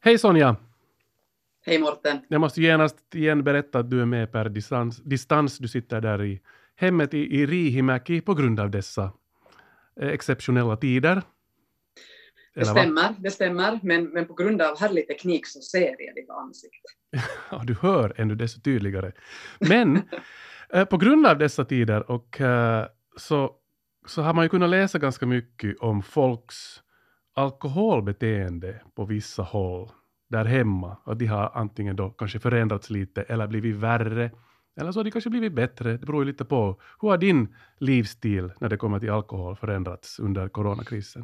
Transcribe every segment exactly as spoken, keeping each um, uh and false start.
Hej Sonja! Hej Morten! Jag måste genast igen berätta att du är med per distans. distans. Du sitter där i hemmet i, i Riihimäki på grund av dessa eh, exceptionella tider. Det stämmer, det stämmer. Men, men på grund av härlig teknik så ser jag ditt ansikte. Ja, du hör ännu desto tydligare. Men eh, på grund av dessa tider och eh, så, så har man ju kunnat läsa ganska mycket om folks alkoholbeteende på vissa håll där hemma. Och de har antingen då kanske förändrats lite eller blivit värre. Eller så har de kanske blivit bättre. Det beror ju lite på. Hur har din livsstil när det kommer till alkohol förändrats under coronakrisen?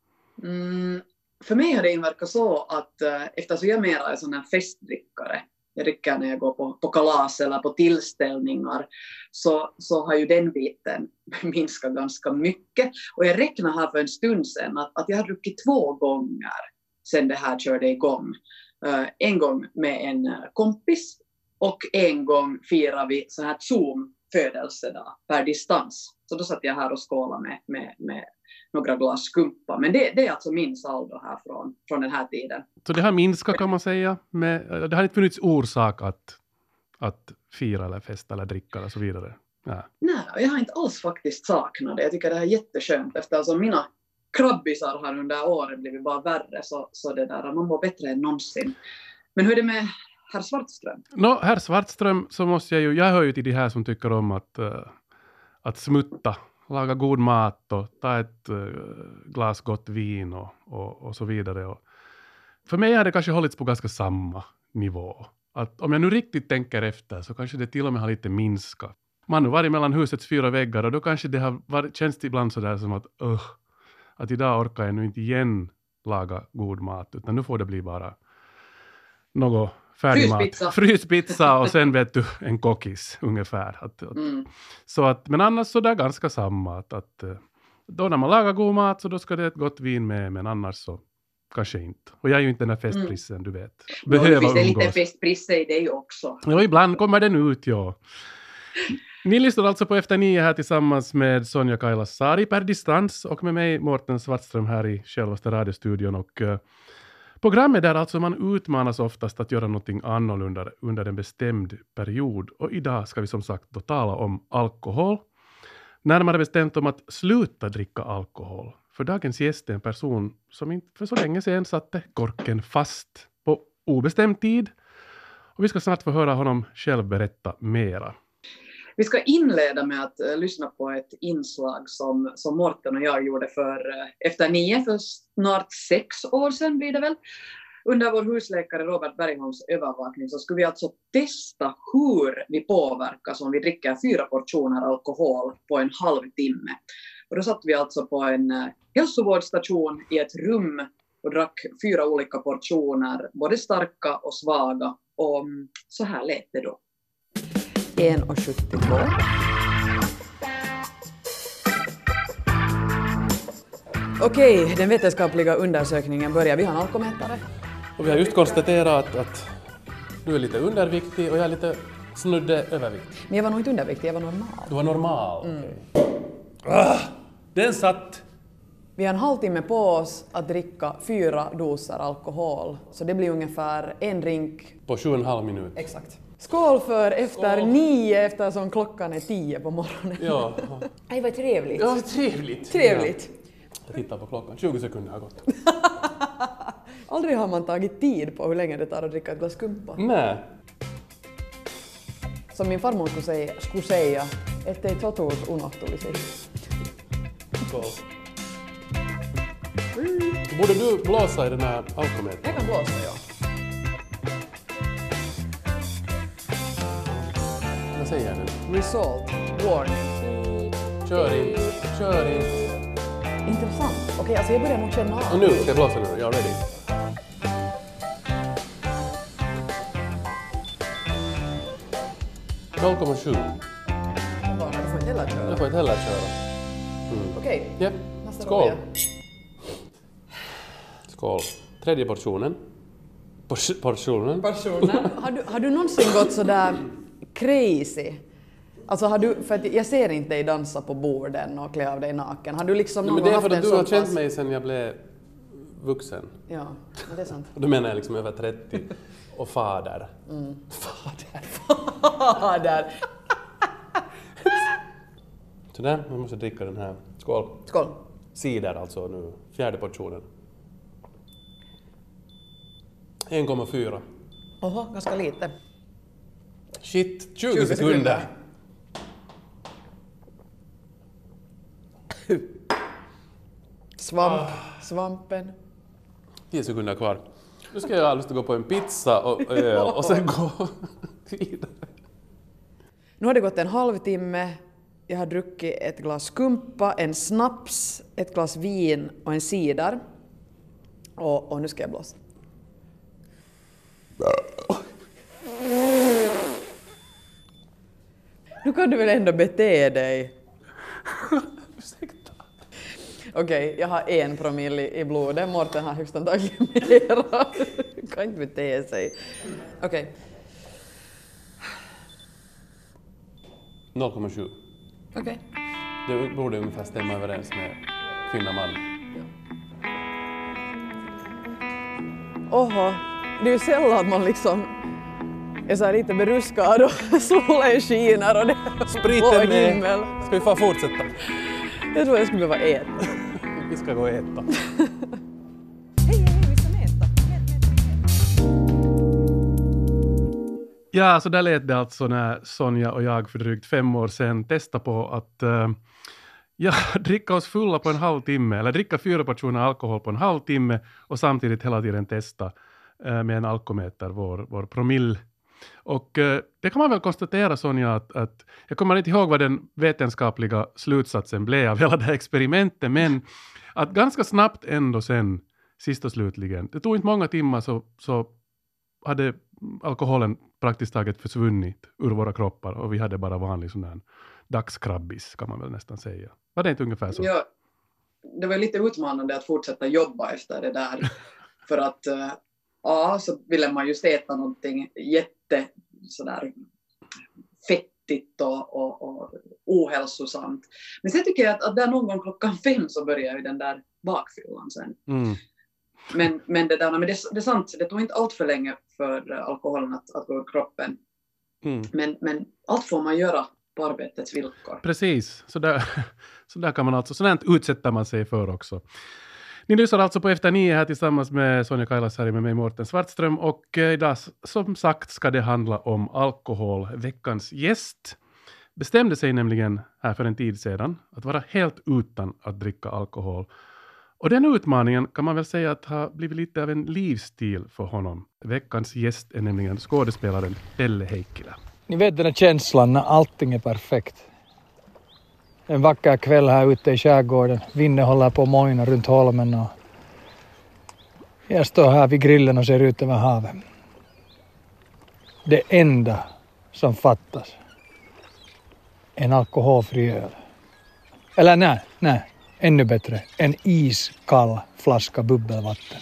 Mm, för mig har det inverkat så att äh, eftersom jag mer är sån här festdrickare, jag dricker när jag går på, på kalas eller på tillställningar, så, så har ju den biten minskat ganska mycket. Och jag räknar här för en stund sedan att, att jag har druckit två gånger sedan det här körde igång. Uh, en gång med en kompis och en gång firar vi så här Zoom-födelsedag per distans. Så då satt jag här och skålade med, med, med några glas skumpa. Men det, det är alltså min saldo här från, från den här tiden. Så det har minskat kan man säga. Med, det har inte funnits orsak att, att fira eller festa eller dricka och så vidare. Ja. Nej, jag har inte alls faktiskt saknat det. Jag tycker det här är jätteskönt. Eftersom mina krabbisar har under åren blivit bara värre. Så, så det där, man mår bättre än någonsin. Men hur är det med herr Svartström? No, herr Svartström så måste jag ju, jag hör ju till de här som tycker om att, uh, att smutta. Laga god mat och ta ett uh, glas gott vin och, och, och så vidare. Och för mig har det kanske hållits på ganska samma nivå. Att om jag nu riktigt tänker efter så kanske det till och med har lite minskat. Man har varit mellan husets fyra väggar och då kanske det har varit, känns ibland sådär som att uh, att idag orkar jag nu inte igen laga god mat utan nu får det bli bara något färdig mat. Fryspizza och sen vet du en kokis ungefär. Att, att, mm. Så att, men annars så är det ganska samma. Att, att, då när man lagar god mat så då ska det ett gott vin med, men annars så kanske inte. Och jag är ju inte den här festprissen, mm. du vet. Behöver umgås. Det finns lite festprisse i dig också. Ja, ibland kommer den ut, ja. Ni lyssnar alltså på Efter nio här tillsammans med Sonja Kailasari per distans och med mig Morten Svartström här i självaste radiostudion. Och uh, programmet där alltså man utmanas oftast att göra någonting annorlunda under en bestämd period. Och idag ska vi som sagt då tala om alkohol. Närmare bestämt om att sluta dricka alkohol. För dagens gäst är en person som inte för så länge sedan satte korken fast på obestämd tid. Och vi ska snart få höra honom själv berätta mera. Vi ska inleda med att uh, lyssna på ett inslag som, som Morten och jag gjorde för uh, Efter nio, för snart sex år sedan blir det väl. Under vår husläkare Robert Bergholms övervakning så skulle vi alltså testa hur vi påverkas om vi dricker fyra portioner alkohol på en halvtimme. Och då satt vi alltså på en uh, hälsovårdsstation i ett rum och drack fyra olika portioner, både starka och svaga. Och um, så här lät det då. en komma sjuttiotvå. Okej, den vetenskapliga undersökningen börjar. Vi har en alkomätare. Och vi har just konstaterat att, att du är lite underviktig och jag är lite snudde överviktig. Men jag var nog inte underviktig, jag var normal. Du var normal? Mm. Ah, den satt! Vi har en halvtimme på oss att dricka fyra doser alkohol. Så det blir ungefär en drink. På sju och en halv minut. Exakt. Skål för efter Skål. nio eftersom klockan är tio på morgonen. Ja. Nej, vad trevligt. Ja, trevligt. Trevligt. Ja. Jag tittar på klockan. tjugo sekunder har gått. Aldrig har man tagit tid på hur länge det tar att dricka ett glas skumpa. Nej. Som min farmor skulle säga, skulle säga ettei totuus unohtuisi. Skål. Mm. Borde du blåsa i den här alkomätaren? Jag kan blåsa, ja. Vad säger jag nu? Result. Warning. Kör in. Kör in. Intressant. Okej, alltså jag börjar nog känna av. Och nu ska jag blåsa nu. Jag är ready. noll komma sju. Du får inte heller köra. Jag får inte heller köra. Mm. Okej. Yep. Skål. Skål. Tredje portionen. Por- portionen. Portionen. har, du, har du någonsin gått så där crazy? Alltså har du, för att jag ser inte dig dansa på borden och klä av dig naken. Har du liksom Nej, någon men det är haft för att en du har sån känt pass? mig sen jag blev vuxen. Ja, men det är sant. Och då menar jag liksom över trettio och fader. Mm. Fader. Fader. Så där, man måste dricka den här. Skål. Skål. Cider alltså nu, fjärde portionen. en komma fyra. Oho, ganska lite. Shit, tjugo sekunder. Svamp, Ah. svampen. tio sekunder kvar. Nu ska jag alldeles gå på en pizza och öl och sen gå vidare. Nu har det gått en halvtimme. Jag har druckit ett glas skumpa, en snaps, ett glas vin och en cider. Och, och nu ska jag blåsa. Nu kan du väl ändå bete dig? Ursäkta. Okej, okay, jag har en promille i blodet. Mårten har högst antagligen mera. Kan inte bete sig. Okej. Okay. noll komma sju. Okej. Okay. Det borde ungefär stämma överens med kvinna-man. Oho, det är ju sällan man liksom är så här lite beruskad och solen skiner och det är spriten med. Himmel. Ska vi få fortsätta? Jag tror jag skulle behöva äta. Vi ska gå och äta. Hej, hej, vi ska äta. Ja, så där lät det alltså när Sonja och jag för drygt fem år sedan testade på att uh, ja, dricka oss fulla på en halvtimme eller dricka fyra portioner alkohol på en halvtimme och samtidigt hela tiden testa uh, med en alkometer vår, vår promille. Och uh, det kan man väl konstatera, Sonja, att, att jag kommer inte ihåg vad den vetenskapliga slutsatsen blev av hela det här experimentet, men att ganska snabbt ändå sen, sist och slutligen, det tog inte många timmar så, så hade alkoholen praktiskt taget försvunnit ur våra kroppar och vi hade bara vanlig sån här dagskrabbis, kan man väl nästan säga. Var det inte ungefär så? Ja, det var lite utmanande att fortsätta jobba efter det där. För att uh, ja, så ville man just äta någonting jätte sådär fettigt och, och, och ohälsosamt. Men sen tycker jag att, att där någon gång klockan fem så börjar ju den där bakfyllan sen. Mm. Men, men, det, där, men det, det är sant, det tog inte allt för länge för alkoholen att, att gå ur kroppen. Mm. Men, men allt får man göra på arbetets villkor. Precis, så där, så där kan man alltså, sådant utsätter man sig för också. Ni lyssnar alltså på Efter nio här tillsammans med Sonja Kailas här med mig Mårten Svartström och eh, idag som sagt ska det handla om alkohol. Veckans gäst bestämde sig nämligen här för en tid sedan att vara helt utan att dricka alkohol. Och den utmaningen kan man väl säga att har blivit lite av en livsstil för honom. Veckans gäst är nämligen skådespelaren Pelle Heikkilä. Ni vet den här känslan när allting är perfekt. En vacker kväll här ute i skärgården. Vinden håller på att mojna runt holmen och jag står här vid grillen och ser ut över havet. Det enda som fattas är en alkoholfri öl. Eller nej, nej. Ännu bättre, en iskall flaska bubbelvatten.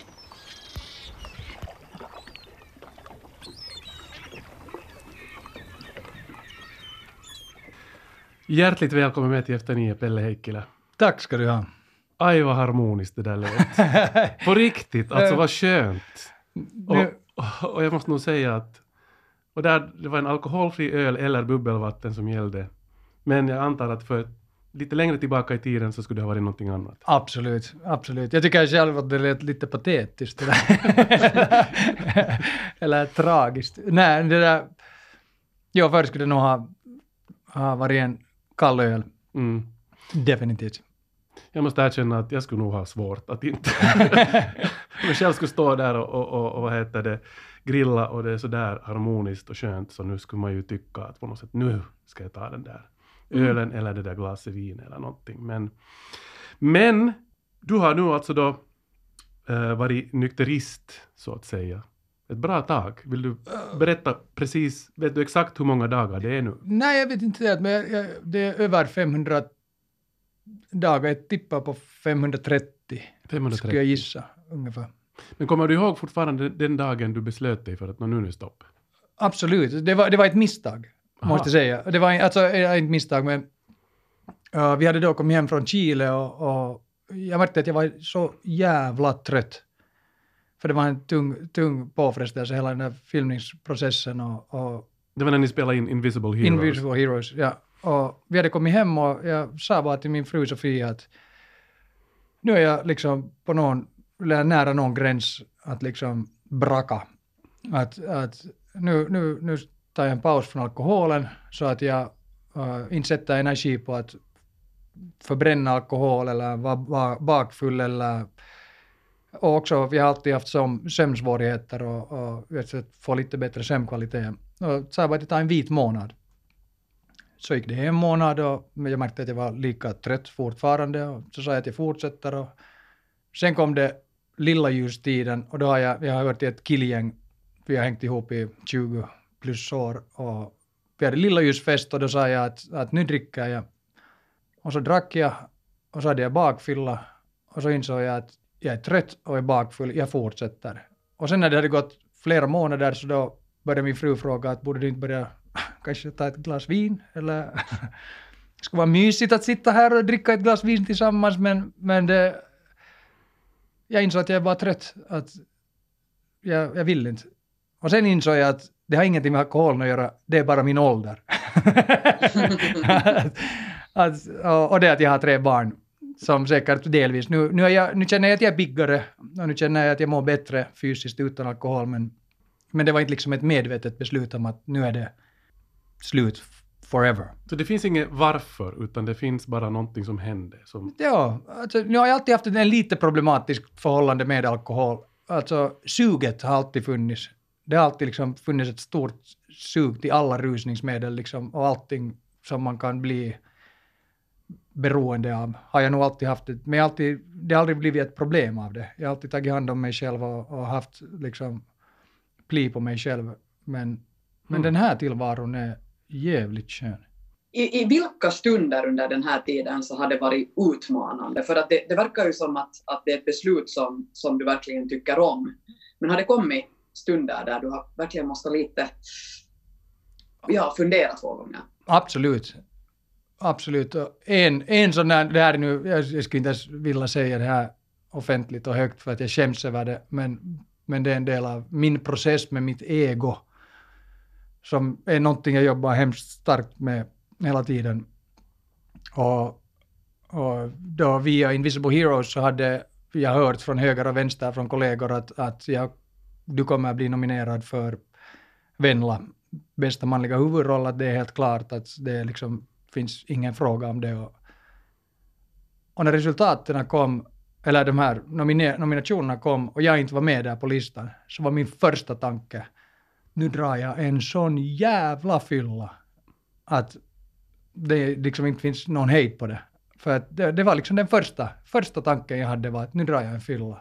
Hjärtligt välkommen med till Efter nio, Pelle Heikkilä. Tack ska du ha. Aj, vad harmoniskt det där lät. På riktigt, alltså vad skönt. Och, och jag måste nog säga att och där, det var en alkoholfri öl eller bubbelvatten som gällde. Men jag antar att för lite längre tillbaka i tiden så skulle det ha varit någonting annat. Absolut, absolut. Jag tycker själv att det lät lite patetiskt. Det där. Eller tragiskt. Nej, det där... Jo, förr skulle det nog ha, ha varit en kall öl. Mm. Definitivt. Jag måste erkänna att jag skulle nog ha svårt att inte... Om jag själv skulle stå där och, och, och, och vad heter det, grilla och det är så där harmoniskt och skönt så nu skulle man ju tycka att på något sätt nu ska jag ta den där ölen mm. eller det där glaset vin eller någonting. Men, men du har nu alltså då äh, varit nykterist så att säga. Ett bra tag. Vill du berätta precis, vet du exakt hur många dagar det är nu? Nej, jag vet inte det, men jag, jag, det är över femhundra dagar. Jag tippar på femhundratrettio. femhundratrettio. Skulle jag gissa ungefär. Men kommer du ihåg fortfarande den dagen du beslöt dig för att nu är det stopp? Absolut. Det var, det var ett misstag. Aha. Måste jag säga. Det var alltså inte misstag, men uh, vi hade då kommit hem från Chile och, och jag märkte att jag var så jävla trött. För det var en tung, tung påfrestelse, hela den där filmningsprocessen. Och, och Det var när ni spelade in Invisible Heroes. Invisible Heroes, ja. Och vi hade kommit hem och jag sa bara till min fru Sofia att nu är jag liksom på någon, eller nära någon gräns att liksom braka. Att, att nu, nu, nu tar jag en paus från alkoholen så att jag uh, insätter energi på att förbränna alkohol eller vara va, bakfull eller och också vi har alltid haft som sömnsvårigheter och, och vet, få lite bättre sömnkvalitet. Och så bara att det tar en vit månad. Så gick det en månad och jag märkte att jag var lika trött fortfarande och så sa jag att jag fortsätter och sen kom det lilla ljustiden och då har jag, jag har varit i ett killgäng, vi har hängt ihop i tjugo plus år och vi hade lilla ljusfest och då sa jag att, att nu dricker jag och så drack jag och så hade jag bakfylla och så insåg jag att jag är trött och är bakfull, jag fortsätter. Och sen när det hade gått flera månader så då började min fru fråga att borde du inte börja kanske ta ett glas vin eller det skulle vara mysigt att sitta här och dricka ett glas vin tillsammans men, men det, jag insåg att jag är bara trött, att jag, jag vill inte. Och sen insåg jag att det har ingenting med alkoholen att göra, det är bara min ålder. att, att, och, och det att jag har tre barn som säkert delvis, nu, nu, är jag, nu känner jag att jag är biggare och nu känner jag att jag mår bättre fysiskt utan alkohol men, men det var inte liksom ett medvetet beslut om att nu är det slut forever. Så det finns inget varför utan det finns bara någonting som händer. Som... Ja, alltså, nu har jag alltid haft en lite problematisk förhållande med alkohol. Alltså suget har alltid funnits. Det har alltid liksom funnits ett stort sug till alla rusningsmedel liksom, och allting som man kan bli beroende av har jag nog alltid haft det. Men jag alltid, det har aldrig blivit ett problem av det. Jag har alltid tagit hand om mig själv och, och haft liksom pli på mig själv. Men, men mm. den här tillvaron är jävligt skön. I, I vilka stunder under den här tiden så har det varit utmanande? För att det, det verkar ju som att, att det är ett beslut som, som du verkligen tycker om. Men har det kommit stunder där du har verkligen måste lite ja, fundera två gånger? Absolut. Absolut. En, en sån där, det här är nu, jag, jag skulle inte ens vilja säga det här offentligt och högt för att jag skäms över det, men, men det är en del av min process med mitt ego som är någonting jag jobbar hemskt starkt med hela tiden. Och, och då via Invisible Heroes så hade jag hört från höger och vänster från kollegor att, att jag, du kommer att bli nominerad för Venla, bästa manliga huvudroll, att det är helt klart att det liksom finns ingen fråga om det. Och, och när resultaten kom, eller de här nomine- nominationerna kom och jag inte var med där på listan, så var min första tanke, nu drar jag en sån jävla fylla att det liksom inte finns någon hejd på det. För att det, det var liksom den första, första tanken jag hade var att nu drar jag en fylla.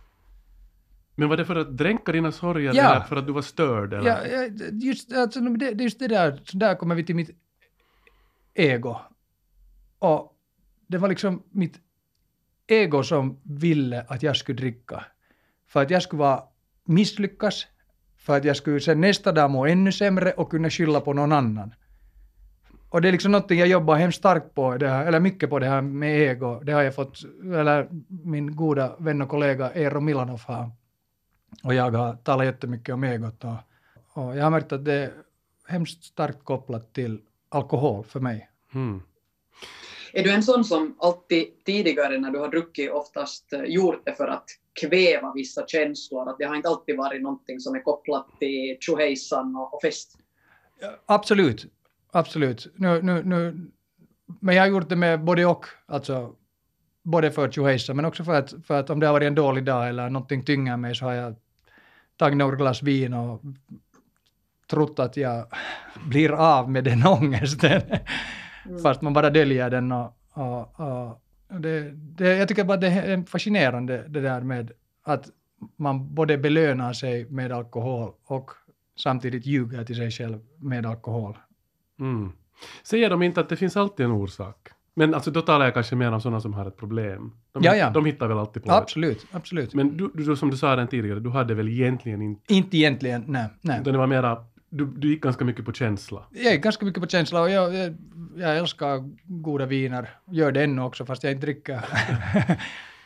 Men var det för att dränka dina sorger ja. eller för att du var störd? Eller? Ja, just, alltså, det, just det där, så där kommer vi till mitt ego. Och det var liksom mitt ego som ville att jag skulle dricka. För att jag skulle vara misslyckas. För att jag skulle sen nästa dag må ännu sämre och kunna skylla på någon annan. Och det är liksom något jag jobbar hemskt starkt på, det här, eller mycket på det här med ego. Det har jag fått, eller min goda vän och kollega Eero Milanov har. Och jag har talat jättemycket om egot. Och, och jag har märkt att det är hemskt starkt kopplat till alkohol för mig. Mm. Är du en sån som alltid tidigare när du har druckit oftast gjort det för att kväva vissa känslor? Att det har inte alltid varit någonting som är kopplat till tjohejsan och, och fest? Absolut, absolut. Nu, nu, nu, men jag har gjort det med både och. Alltså både för tjohejsan men också för att, för att om det har varit en dålig dag eller någonting tynger mig så har jag tagit några glas vin och trott att jag blir av med den ångesten. Mm. Fast man bara döljer den. Och, och, och det, det, jag tycker bara det är fascinerande det där med att man både belönar sig med alkohol och samtidigt ljuger till sig själv med alkohol. Mm. Säger de inte att det finns alltid en orsak? Men alltså, då talar jag kanske mer om sådana som har ett problem. De, ja, ja. de hittar väl alltid på absolut, det. Absolut. Men du, du, som du sa den tidigare, du hade väl egentligen inte... Inte egentligen, nej. nej. Det var mera, du, du gick ganska mycket på känsla. Jag gick ganska mycket på känsla och jag, jag, jag älskar goda viner. Gör det ännu också fast jag inte dricker.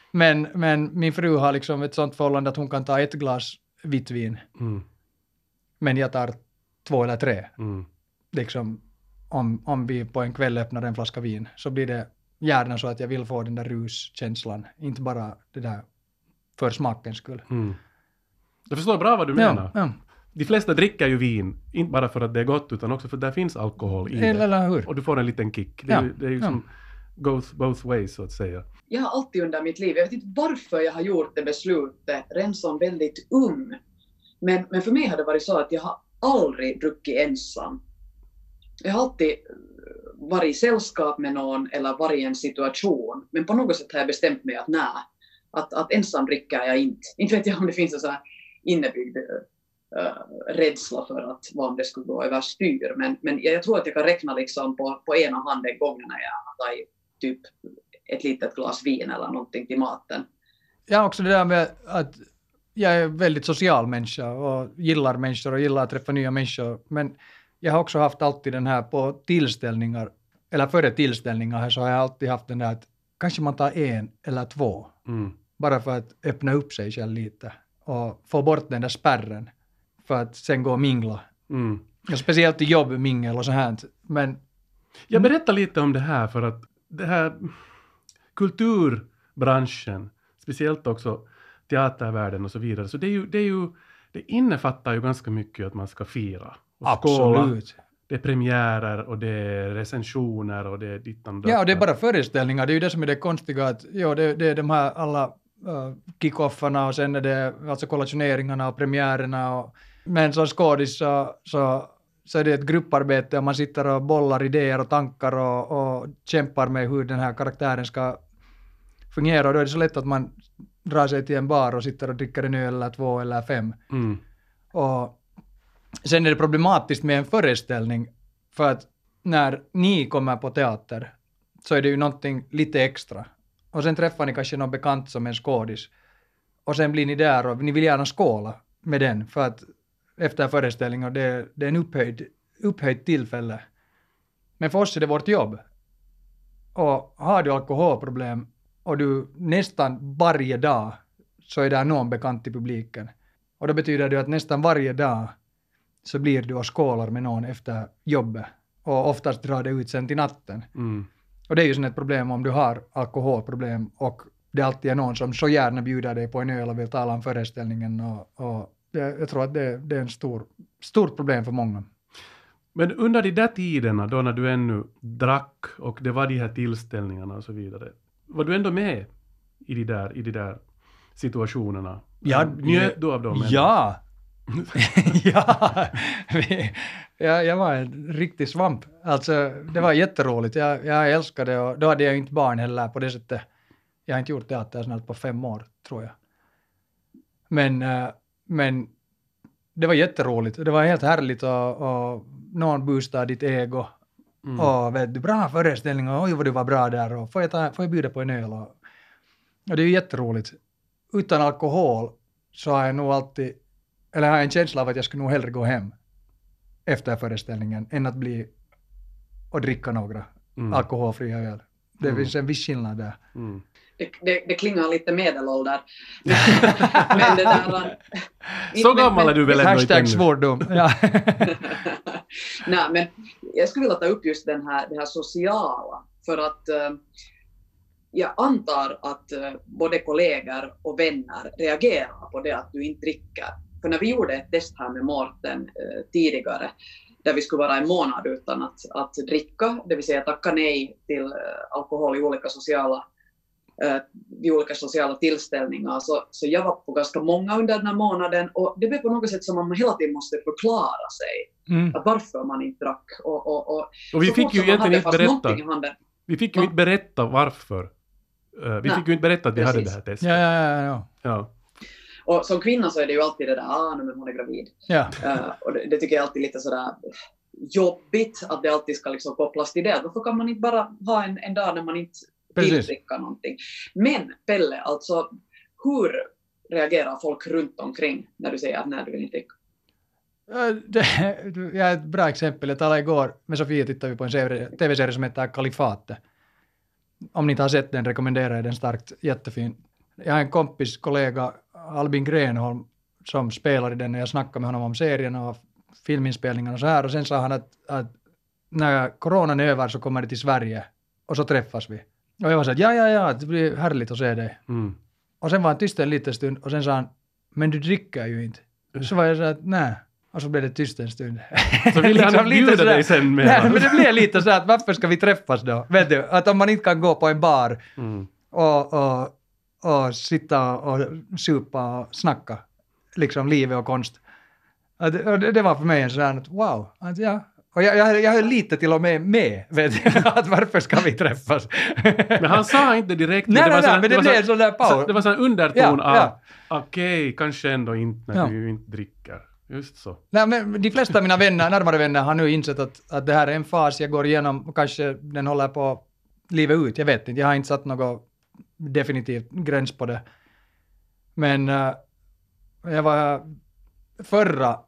Men, men min fru har liksom ett sånt förhållande att hon kan ta ett glas vitt vin. Mm. Men jag tar två eller tre. Mm. Liksom, om, om vi på en kväll öppnar en flaska vin så blir det gärna så att jag vill få den där ruskänslan. Inte bara det där för smakens skull. Mm. Jag förstår bra vad du menar. Ja, ja. De flesta dricker ju vin, inte bara för att det är gott utan också för att det finns alkohol i Eller, det. eller hur? Och du får en liten kick. Det är Ja, ju, det är ju ja. som goes both ways så att säga. Jag har alltid under mitt liv, jag vet inte varför jag har gjort det beslutet redan som väldigt ung. Men, men för mig har det varit så att jag har aldrig druckit ensam. Jag har alltid varit i sällskap med någon eller varit i en situation. Men på något sätt har jag bestämt mig att nej, att, att ensam dricker jag inte. Inte vet jag om det finns en sån här innebyggd uh, rädsla för att vad om det skulle gå överstyr. Men, men jag tror att jag kan räkna liksom på, på ena handen gångerna jag har tagit typ ett litet glas vin eller någonting till maten. Jag har också det där med att jag är väldigt social människa och gillar människor och gillar att träffa nya människor. Men jag har också haft alltid den här på tillställningar, eller före tillställningar här så har jag alltid haft den där att kanske man tar en eller två. Mm. Bara för att öppna upp sig själv lite och få bort den där spärren för att sen gå och mingla. Mm. Och speciellt i jobbmingel och så här. Men Jag berättar lite om det här för att det här kulturbranschen, speciellt också teatervärlden och så vidare, så det är ju, det är ju det innefattar ju ganska mycket att man ska fira och skåla. absolut. Det är premiärer och det är recensioner och det är dittan och Ja, och det är bara föreställningar. Det är ju det som är det konstiga. Att, jo, det, det är de här alla uh, kick-offarna och sen är det alltså kollationeringarna och premiärerna. Och, men som skådis så, så, så är det ett grupparbete och man sitter och bollar idéer och tankar och, och kämpar med hur den här karaktären ska fungera. Och då är det så lätt att man drar sig till en bar och sitter och dricker en öl eller två eller fem. Mm. Och sen är det problematiskt med en föreställning för att när ni kommer på teater så är det ju någonting lite extra. Och sen träffar ni kanske någon bekant som är en skådis. Och sen blir ni där och ni vill gärna skåla med den för att efter föreställningen det, det är en upphöjd, upphöjd tillfälle. Men för oss är det vårt jobb. Och har du alkoholproblem och du nästan varje dag så är det någon bekant i publiken. Och då betyder det att nästan varje dag så blir du och skålar med någon efter jobbet. Och oftast drar det ut sen till natten. Mm. Och det är ju sån ett problem om du har alkoholproblem och det alltid är någon som så gärna bjuder dig på en öl och vill tala om föreställningen. Och, och det, jag tror att det, det är en stor, stort problem för många. Men under de där tiderna då när du ännu drack och det var de här tillställningarna och så vidare, var du ändå med i de där, i de där situationerna? Ja, Njöt du av dem? Ja! ja, vi, jag, jag var en riktig svamp. Alltså, det var jätteroligt. Jag, jag älskade det och då hade jag inte barn heller på det sättet. Jag har inte gjort teater snart på fem år, tror jag. Men, äh, men det var jätteroligt. Det var helt härligt och, och någon boostade ditt ego. Mm. Och vet du, bra föreställning och oj vad du var bra där och får jag, ta, får jag bjuda på en öl? Och, och det är ju jätteroligt. Utan alkohol så har jag nog alltid, eller har jag en känsla av att jag skulle nog hellre gå hem efter föreställningen än att bli och dricka några mm. alkoholfria öl. Det mm. finns en viss skillnad där. Mm. Det, det, det klingar lite medelålder. Men det där var... Så gammal är du väl ändå inte Hashtag svårdom. Ja. Nej, men jag skulle vilja ta upp just den här, det här sociala. För att uh, jag antar att uh, både kollegor och vänner reagerar på det att du inte dricker. För när vi gjorde ett test här med Mårten uh, tidigare, där vi skulle vara en månad utan att, att dricka, det vill säga tacka nej till uh, alkohol i olika sociala Uh, vid olika sociala tillställningar, så, så jag var på ganska många under den här månaden och det blev på något sätt som att man hela tiden måste förklara sig mm. att varför man inte drack. Och, och, och, och vi fick ju egentligen inte berätta vi fick ju inte berätta varför uh, vi Nej, fick ju inte berätta att vi precis. hade det här testet. Ja, ja, ja, ja. Och som kvinna så är det ju alltid det där, ah, men hon är gravid. Ja. Uh, och det, det tycker jag alltid lite sådär jobbigt att det alltid ska liksom kopplas till det. Varför kan man inte bara ha en, en dag när man inte vill dricka någonting. Men Pelle, alltså hur reagerar folk runt omkring när du säger att nej, du vill inte dricka? Det, jag har ett bra exempel. Jag talade igår med Sofia, tittade vi på en tv-serie som heter Kalifatet. Om ni inte har sett den rekommenderar jag den starkt. Jättefin. Jag har en kompis, kollega, Albin Grenholm, som spelar i den, och jag snackade med honom om serien och filminspelningen och så här, och sen sa han att, att när coronan är över så kommer det till Sverige och så träffas vi. Och jag var så att ja, ja, ja, det blir härligt att se dig. Mm. Och sen var han tyst en liten stund och sen sa han, men du dricker ju inte. Så var jag så att nej. Och så blev det tyst en stund. Så ville han liksom bjuda dig sen med? Nej, men det blev lite så att varför ska vi träffas då? Vet du, att om man inte kan gå på en bar Mm. och, och, och sitta och supa och snacka liksom livet och konst. Att, och det, det var för mig en sån här att wow, att ja. Och jag, jag, jag höll lite till och med med, vet du, att varför ska vi träffas? Men han sa inte direkt. Nej, det nej, var nej, men det blev en sån där paus. Det var sån underton Ja, av, ja. okej, kanske ändå inte när Ja. du inte dricker. Just så. Nej, men de flesta av mina vänner, närmare vänner har nu insett att, att det här är en fas jag går igenom och kanske den håller på livet ut. Jag vet inte, jag har inte satt något definitivt gräns på det. Men uh, jag var förra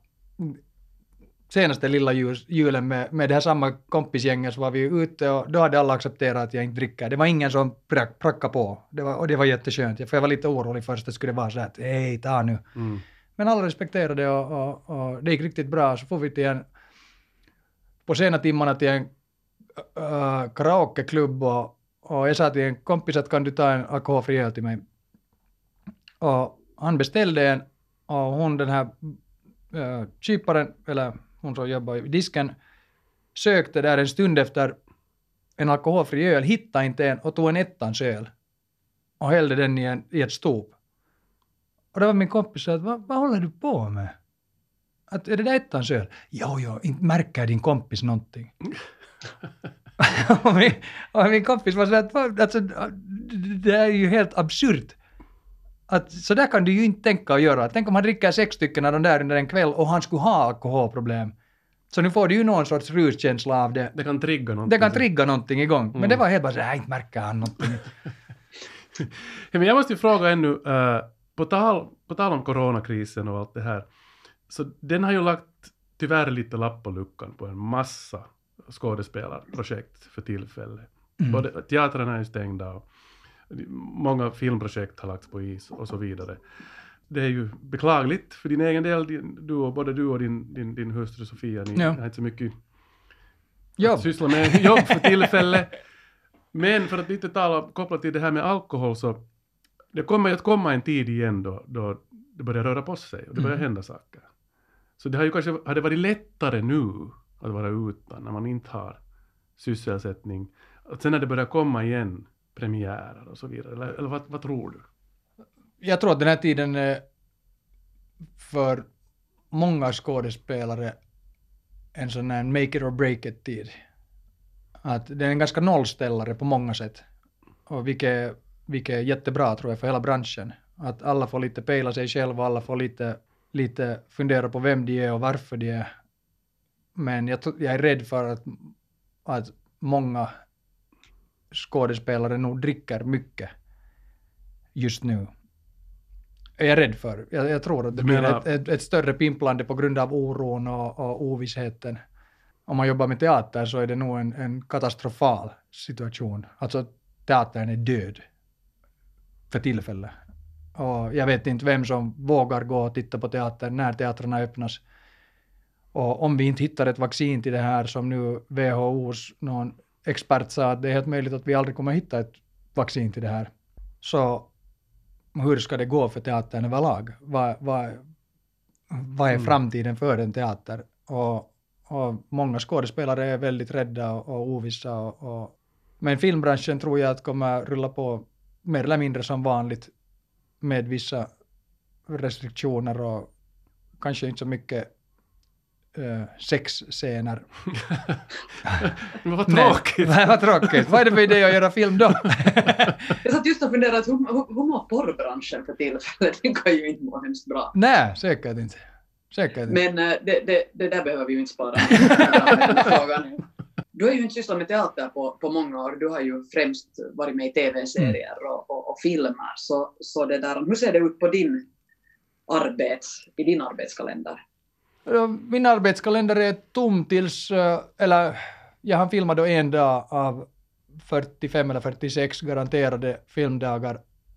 senaste lilla jul, julen med, med det här samma kompisgänget, så var vi ute och då hade alla accepterat att jag inte dricker. Det var ingen som prack, prackade på. Det var, och det var jätteskönt. För jag var lite orolig först att det skulle vara så att hej, ta nu. Mm. Men alla respekterade det och, och, och det gick riktigt bra. Så får vi till en, på sena timmarna till en uh, karaokeklubb och, och jag sa till en kompis att kan du ta en alkoholfri öl till mig. Och han beställde en och hon den här uh, kyparen, eller hon som jobbar i disken, sökte där en stund efter en alkoholfri öl, hittade inte en och tog en ettans öl och hällde den i, en, i ett stop. Och då var min kompis så att, vad, vad håller du på med? Att, är det där ettans öl? Jo, jo, inte märker din kompis någonting. och, min, och min kompis var så att, vad, alltså, det är ju helt absurt. Att, så där kan du ju inte tänka att göra. Tänk om han dricker sex stycken av de där under en kväll och han skulle ha alkoholproblem. Så nu får du ju någon sorts ruskänsla av det. Det kan trigga någonting. Det kan trigga någonting igång. Mm. Men det var helt bara så här, inte märker han någonting. Men jag måste ju fråga ännu, uh, på, tal, på tal om coronakrisen och allt det här, så den har ju lagt tyvärr lite lapp på luckan på en massa skådespelarprojekt för tillfället. Mm. Både teatrarna är stängda och många filmprojekt har lagts på is och så vidare. Det är ju beklagligt för din egen del, du och, både du och din, din, din hustru Sofia, ni ja. har inte så mycket jobb. att syssla med jobb för tillfället. Men för att lite tala kopplat till det här med alkohol, så det kommer ju att komma en tid igen då, då det börjar röra på sig och det börjar mm. hända saker. Så det har ju kanske hade varit lättare nu att vara utan när man inte har sysselsättning. Och sen när det börjar komma igen premiärer och så vidare. Eller, eller vad, vad tror du? Jag tror att den här tiden är för många skådespelare en sån här make it or break it tid. Att det är en ganska nollställare på många sätt. Och vilket, vilket är jättebra tror jag för hela branschen. Att alla får lite pejla sig själva, alla får lite, lite fundera på vem de är och varför de är. Men jag, jag är rädd för att, att många skådespelare nog dricker mycket just nu. Är jag rädd för. Jag, jag tror att det blir ett, ett, ett större pimplande på grund av oron och, och ovissheten. Om man jobbar med teater så är det nog en, en katastrofal situation. Alltså teatern är död för tillfället. Och jag vet inte vem som vågar gå och titta på teater när teatrarna öppnas. Och om vi inte hittar ett vaccin till det här, som nu W H O:s någon expert sa att det är helt möjligt att vi aldrig kommer hitta ett vaccin till det här. Så hur ska det gå för teatern överlag? Vad, vad, vad är mm. framtiden för en teater? Och, och många skådespelare är väldigt rädda och, och ovissa. Och, och, men filmbranschen tror jag att kommer rulla på mer eller mindre som vanligt med vissa restriktioner och kanske inte så mycket Uh, sexscener. Men vad tråkigt. Nej, vad tråkigt. Vad är det för idé att göra film då? Jag satt just och funderade att hur, hur, hur mår porrbranschen för tillfället? Den kan ju inte må hemskt bra. Nej, säkert inte. Säkert inte. Men uh, det, det, det där behöver vi ju inte spara. Du har ju inte sysslat med teater på, på många år. Du har ju främst varit med i tv-serier mm. och, och, och filmer. Så, så det där, hur ser det ut på din arbets, i din arbetskalender? Min arbetskalender är tom tills, eller jag har filmat då en dag av fyrtiofem eller fyrtiosex garanterade filmdagar.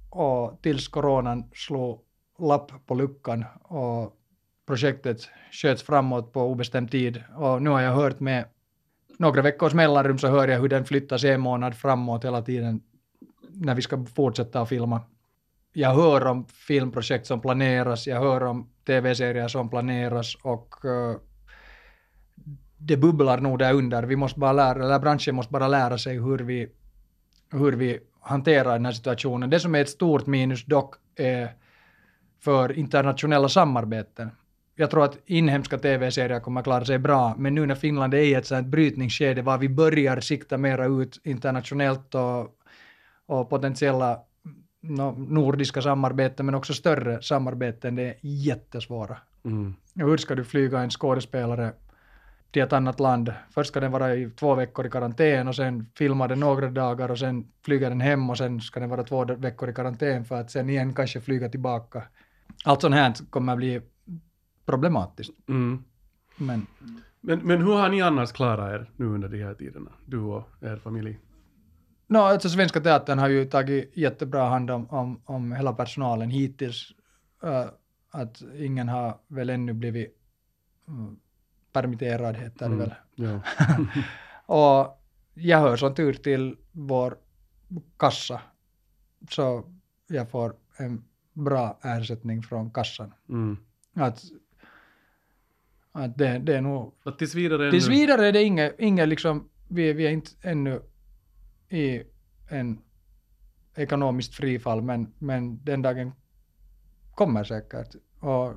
och tills coronan slog lapp på luckan och projektet sköts framåt på obestämd tid. Och nu har jag hört med några veckors mellanrum så hör jag hur den flyttas en månad framåt hela tiden när vi ska fortsätta att filma. Jag hör om filmprojekt som planeras, jag hör om tv-serier som planeras och uh, det bubblar nog där under. Vi måste bara lära, eller branschen måste bara lära sig hur vi, hur vi hanterar den här situationen. Det som är ett stort minus dock är för internationella samarbeten. Jag tror att inhemska tv-serier kommer att klara sig bra, men nu när Finland är i ett sådant brytningsskede var vi börjar sikta mera ut internationellt och, och potentiella no, nordiska samarbeten, men också större samarbeten, det är jättesvåra. Mm. Hur ska du flyga en skådespelare till ett annat land? Först ska den vara i två veckor i karantän och sen filma den några dagar och sen flyga den hem och sen ska den vara två veckor i karantän för att sen igen kanske flyga tillbaka. Allt sånt här kommer att bli problematiskt. Mm. Men, Men, men hur har ni annars klarat er nu under de här tiderna? Du och er familj? no, alltså Svenska Teatern har ju tagit jättebra hand om, om, om hela personalen hittills. Uh, att ingen har väl ännu blivit uh, permitterad, heter det väl. Ja. Och jag hör som tur till vår kassa. Så jag får en bra ersättning från kassan. Mm. Att, att det, det är nog... Att tills vidare Tills ännu- vidare är det inga, inga liksom, vi, vi är inte ännu i en ekonomiskt frifall, men, men den dagen kommer säkert. Och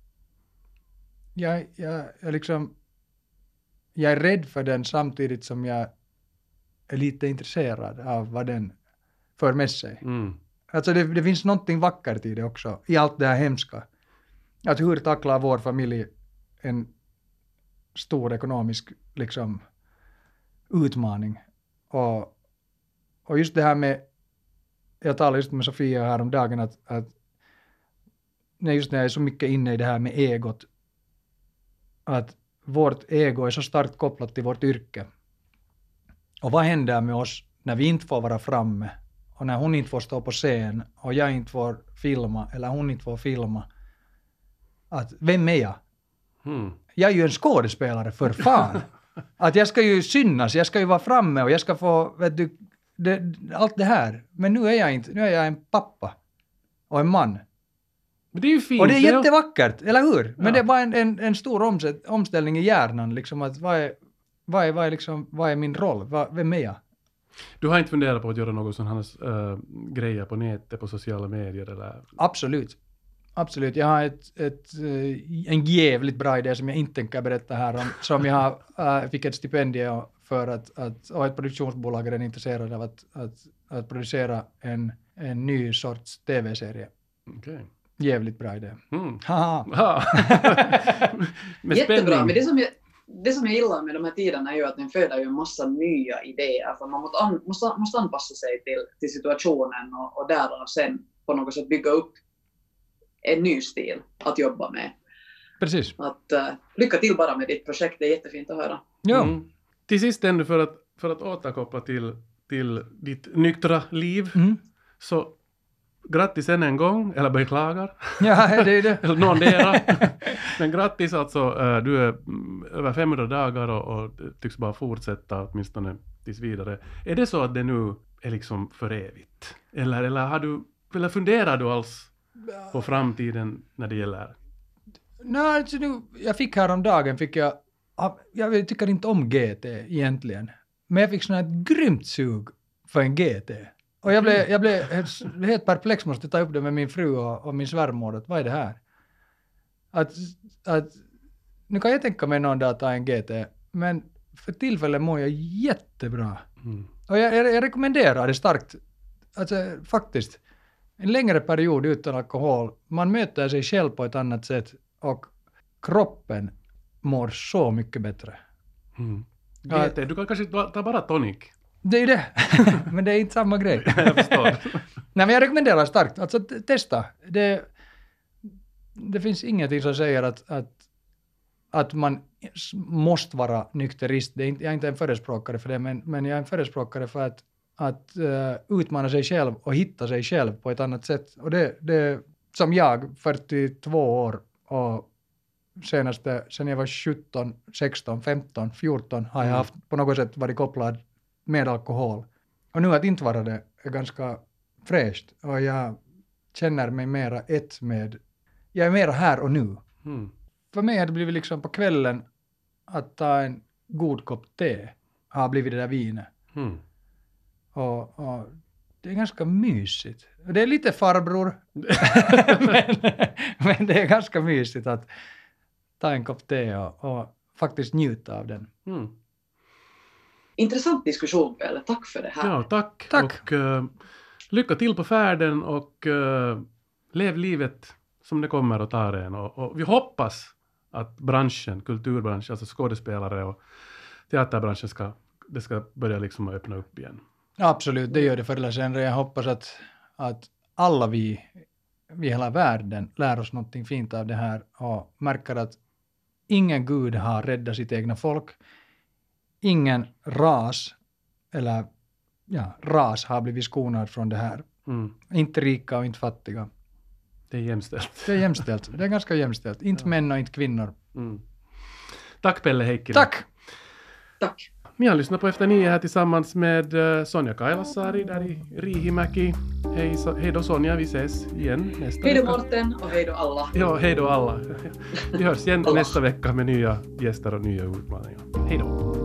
jag, jag, jag, liksom, jag är rädd för den samtidigt som jag är lite intresserad av vad den för med sig. Mm. Alltså det, det finns någonting vackert i det också, i allt det här hemska. Att hur tacklar vår familj en stor ekonomisk liksom, utmaning. Och, och just det här med, jag talade just med Sofia här om dagen att, att nej, just när jag är så mycket inne i det här med egot, att vårt ego är så starkt kopplat till vårt yrke. Och vad händer med oss när vi inte får vara framme och när hon inte får stå på scen och jag inte får filma eller hon inte får filma? Att vem är jag? Mm. Jag är ju en skådespelare för fan. Att jag ska ju synas, jag ska ju vara framme och jag ska få, vet du, det, allt det här. Men nu är jag inte, nu är jag en pappa och en man. Men det är ju fint. Och det är ju- jättevackert, eller hur? Men Ja. det var en, en, en stor omsätt, omställning i hjärnan, liksom att vad är, vad är, vad är, liksom, vad är min roll? Vad, vem är jag? Du har inte funderat på att göra någon sån här uh, grejer på nätet, på sociala medier eller? Absolut. Absolut. Jag har ett, ett, eh, en jävligt bra idé som jag inte tänker berätta här om. Som jag har, uh, fick ett stipendium för att, att, och ett produktionsbolag är intresserad av att, att, att producera en, en ny sorts tv-serie. Okej. Jävligt bra idé. Mm. Haha. Ja. Med Jättebra, spänning. men det som, jag, det som jag gillar med de här tiderna är ju att den föder ju en massa nya idéer, för man måste, an, måste, måste anpassa sig till, till situationen och, och därav sen på något sätt bygga upp en ny stil att jobba med. Precis. Att, uh, lycka till bara med ditt projekt, det är jättefint att höra. Ja. Mm. Till sist ännu för att, för att återkoppla till, till ditt nyktra liv. Mm. Så grattis än en gång, eller beklagar. Ja, det är det. Eller någon dera. Men grattis alltså, eh, du är mm, över femhundra dagar och, och tycks bara fortsätta åtminstone tills vidare. Är det så att det nu är liksom för evigt? Eller, eller, har du, eller funderar du alls på framtiden när det gäller? Nej, alltså nu, jag fick häromdagen, fick jag, jag tycker inte om G T egentligen, men jag fick sån här grymt sug för en G T. Och jag blev, jag blev helt, helt perplex, måste ta upp det med min fru och, och min svärmor, att vad är det här? Att, att, nu kan jag tänka mig någon dag ta en G T, men för tillfället mår jag jättebra. Mm. Och jag, jag, jag rekommenderar det starkt, alltså faktiskt. En längre period utan alkohol, man möter sig själv på ett annat sätt och kroppen mår så mycket bättre. Mm. Ja. G T, du kan kanske ta ta bara tonic. Det är det, men det är inte samma grej. Jag förstår. Nej, men jag rekommenderar starkt, alltså t- testa. Det, det finns ingenting som säger att, att, att man s- måste vara nykterist. Det är inte, jag är inte en förespråkare för det, men, men jag är en förespråkare för att, att uh, utmana sig själv och hitta sig själv på ett annat sätt. Och det, det som jag, fyrtiotvå år och senaste, sen jag var sjutton, sexton, femton, fjorton har jag haft på något sätt varit kopplad med alkohol. Och nu att inte vara det är ganska fräscht och jag känner mig mera ett med, jag är mera här och nu. Mm. För mig har det blivit liksom på kvällen att ta en god kopp te har blivit det där vinet. Mm. Och, och det är ganska mysigt. Det är lite farbror. men, men det är ganska mysigt att ta en kopp te och, och faktiskt njuta av den. Mm. Intressant diskussion, Pelle. Tack för det här. Ja, tack. Tack. Och uh, lycka till på färden och uh, lev livet som det kommer att ta en. Och, och vi hoppas att branschen, kulturbranschen, alltså skådespelare och teaterbranschen ska, det ska börja liksom öppna upp igen. Absolut, det gör det förr eller senare. Jag hoppas att, att alla vi, vi i hela världen lär oss någonting fint av det här och märker att ingen gud har räddat sitt egna folk. Ingen ras eller ja, ras har blivit skonad från det här. Mm. Inte rika och inte fattiga. Det är jämställt. Det är jämställt. Det är ganska jämställt. Inte ja. Män och inte kvinnor. Mm. Tack Pelle Heikkinen. Tack! Tack. Vi har lyssnat på Efter nio här tillsammans med Sonja Kailasari där i Riihimäki. Hej, so- hej då Sonja, vi ses igen nästa hej då vecka. Morten och hej då alla. Ja, hej då alla. Vi hörs igen nästa vecka med nya gäster och nya utmaningar. Hej då.